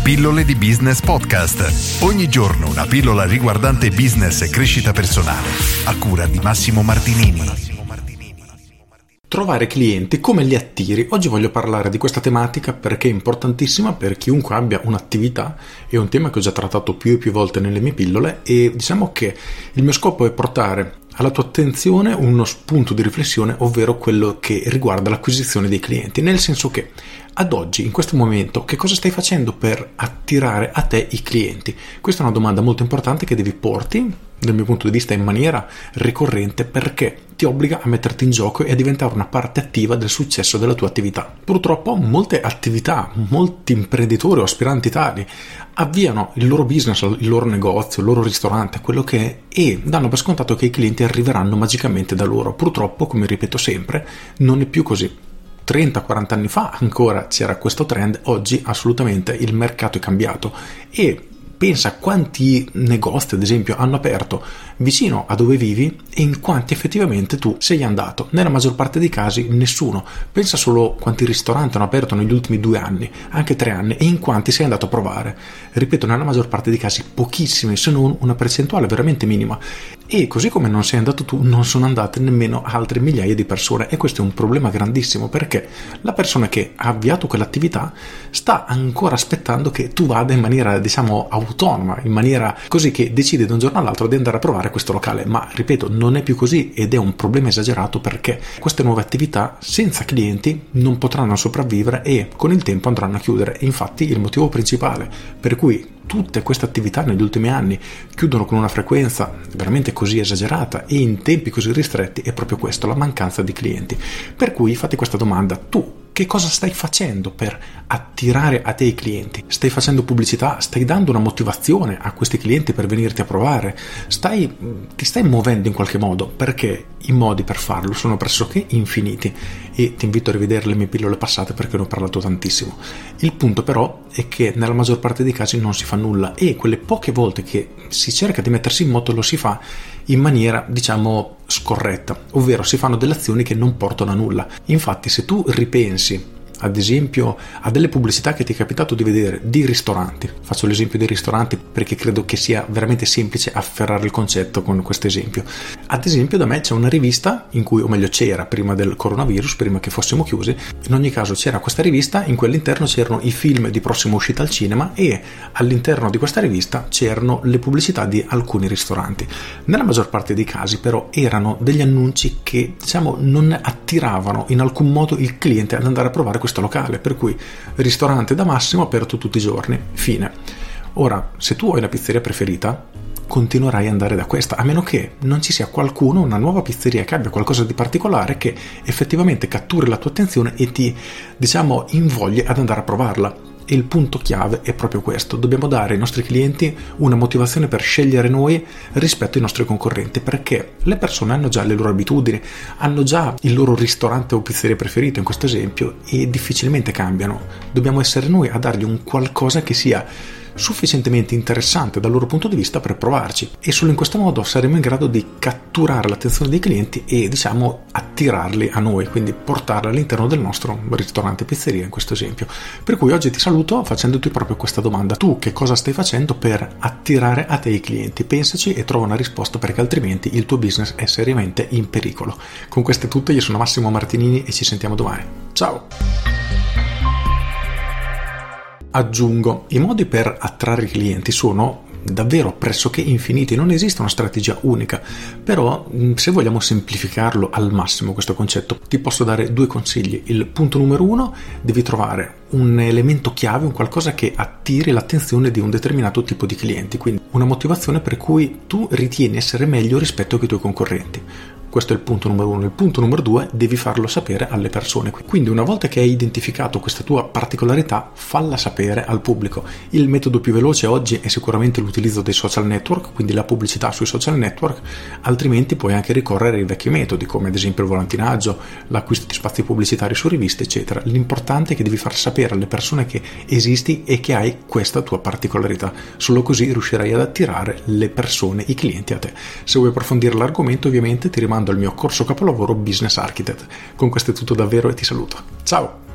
Pillole di Business Podcast. Ogni giorno una pillola riguardante business e crescita personale. A cura di Massimo Martinini. Trovare clienti, come li attiri? Oggi voglio parlare di questa tematica perché è importantissima per chiunque abbia un'attività. È un tema che ho già trattato più e più volte nelle mie pillole e diciamo che il mio scopo è portare alla tua attenzione uno spunto di riflessione, ovvero quello che riguarda l'acquisizione dei clienti, nel senso che ad oggi, in questo momento, che cosa stai facendo per attirare a te i clienti? Questa è una domanda molto importante che devi porti, dal mio punto di vista, in maniera ricorrente, perché ti obbliga a metterti in gioco e a diventare una parte attiva del successo della tua attività. Purtroppo molte attività, molti imprenditori o aspiranti tali avviano il loro business, il loro negozio, il loro ristorante, quello che è, e danno per scontato che i clienti arriveranno magicamente da loro. Purtroppo, come ripeto sempre, non è più così. 30-40 anni fa ancora c'era questo trend, oggi assolutamente il mercato è cambiato e pensa quanti negozi ad esempio hanno aperto vicino a dove vivi e in quanti effettivamente tu sei andato. Nella maggior parte dei casi nessuno. Pensa solo quanti ristoranti hanno aperto negli ultimi 2 anni, anche 3 anni, e in quanti sei andato a provare. Ripeto, nella maggior parte dei casi pochissimi, se non una percentuale veramente minima. E così come non sei andato tu, non sono andate nemmeno altre migliaia di persone, e questo è un problema grandissimo, perché la persona che ha avviato quell'attività sta ancora aspettando che tu vada in maniera, diciamo, autonoma, in maniera così che decide da un giorno all'altro di andare a provare questo locale. Ma ripeto, non è più così ed è un problema esagerato, perché queste nuove attività senza clienti non potranno sopravvivere e con il tempo andranno a chiudere. Infatti il motivo principale per cui tutte queste attività negli ultimi anni chiudono con una frequenza veramente così esagerata e in tempi così ristretti è proprio questo, la mancanza di clienti. Per cui fatti questa domanda: tu che cosa stai facendo per attirare a te i clienti? Stai facendo pubblicità? Stai dando una motivazione a questi clienti per venirti a provare? Ti stai muovendo in qualche modo? Perché i modi per farlo sono pressoché infiniti e ti invito a rivedere le mie pillole passate perché ne ho parlato tantissimo. Il punto però è che nella maggior parte dei casi non si fa nulla, e quelle poche volte che si cerca di mettersi in moto lo si fa in maniera, diciamo, scorretta, ovvero si fanno delle azioni che non portano a nulla. Infatti, se tu ripensi ad esempio a delle pubblicità che ti è capitato di vedere di ristoranti, faccio l'esempio dei ristoranti perché credo che sia veramente semplice afferrare il concetto con questo esempio. Ad esempio, da me c'è una rivista in cui, o meglio c'era prima del coronavirus, prima che fossimo chiusi, in ogni caso c'era questa rivista in cui all'interno c'erano i film di prossima uscita al cinema e all'interno di questa rivista c'erano le pubblicità di alcuni ristoranti. Nella maggior parte dei casi però erano degli annunci che, diciamo, non attiravano in alcun modo il cliente ad andare a provare questo locale, per cui ristorante da Massimo aperto tutti i giorni, fine. Ora, se tu hai una pizzeria preferita, continuerai ad andare da questa, a meno che non ci sia qualcuno, una nuova pizzeria che abbia qualcosa di particolare che effettivamente catturi la tua attenzione e ti, diciamo, invogli ad andare a provarla. E il punto chiave è proprio questo: dobbiamo dare ai nostri clienti una motivazione per scegliere noi rispetto ai nostri concorrenti, perché le persone hanno già le loro abitudini, hanno già il loro ristorante o pizzeria preferito in questo esempio e difficilmente cambiano. Dobbiamo essere noi a dargli un qualcosa che sia sufficientemente interessante dal loro punto di vista per provarci, e solo in questo modo saremo in grado di catturare l'attenzione dei clienti e, diciamo, attirarli a noi, quindi portarli all'interno del nostro ristorante pizzeria in questo esempio. Per cui oggi ti saluto facendoti proprio questa domanda: tu che cosa stai facendo per attirare a te i clienti? Pensaci e trova una risposta, perché altrimenti il tuo business è seriamente in pericolo. Con questo è tutto, io sono Massimo Martinini e ci sentiamo domani. Ciao! Aggiungo, i modi per attrarre i clienti sono davvero pressoché infiniti, non esiste una strategia unica, però se vogliamo semplificarlo al massimo questo concetto, ti posso dare 2 consigli. Il punto numero 1: devi trovare un elemento chiave, un qualcosa che attiri l'attenzione di un determinato tipo di clienti, quindi una motivazione per cui tu ritieni essere meglio rispetto ai tuoi concorrenti. Questo è il punto numero 1. Il punto numero 2: devi farlo sapere alle persone. Quindi una volta che hai identificato questa tua particolarità, falla sapere al pubblico. Il metodo più veloce oggi è sicuramente l'utilizzo dei social network, quindi la pubblicità sui social network, altrimenti puoi anche ricorrere ai vecchi metodi, come ad esempio il volantinaggio, l'acquisto di spazi pubblicitari su riviste, eccetera. L'importante è che devi far sapere alle persone che esisti e che hai questa tua particolarità. Solo così riuscirai ad attirare le persone, i clienti a te. Se vuoi approfondire l'argomento, ovviamente ti rimando al mio corso capolavoro Business Architect. Con questo è tutto davvero e ti saluto. Ciao!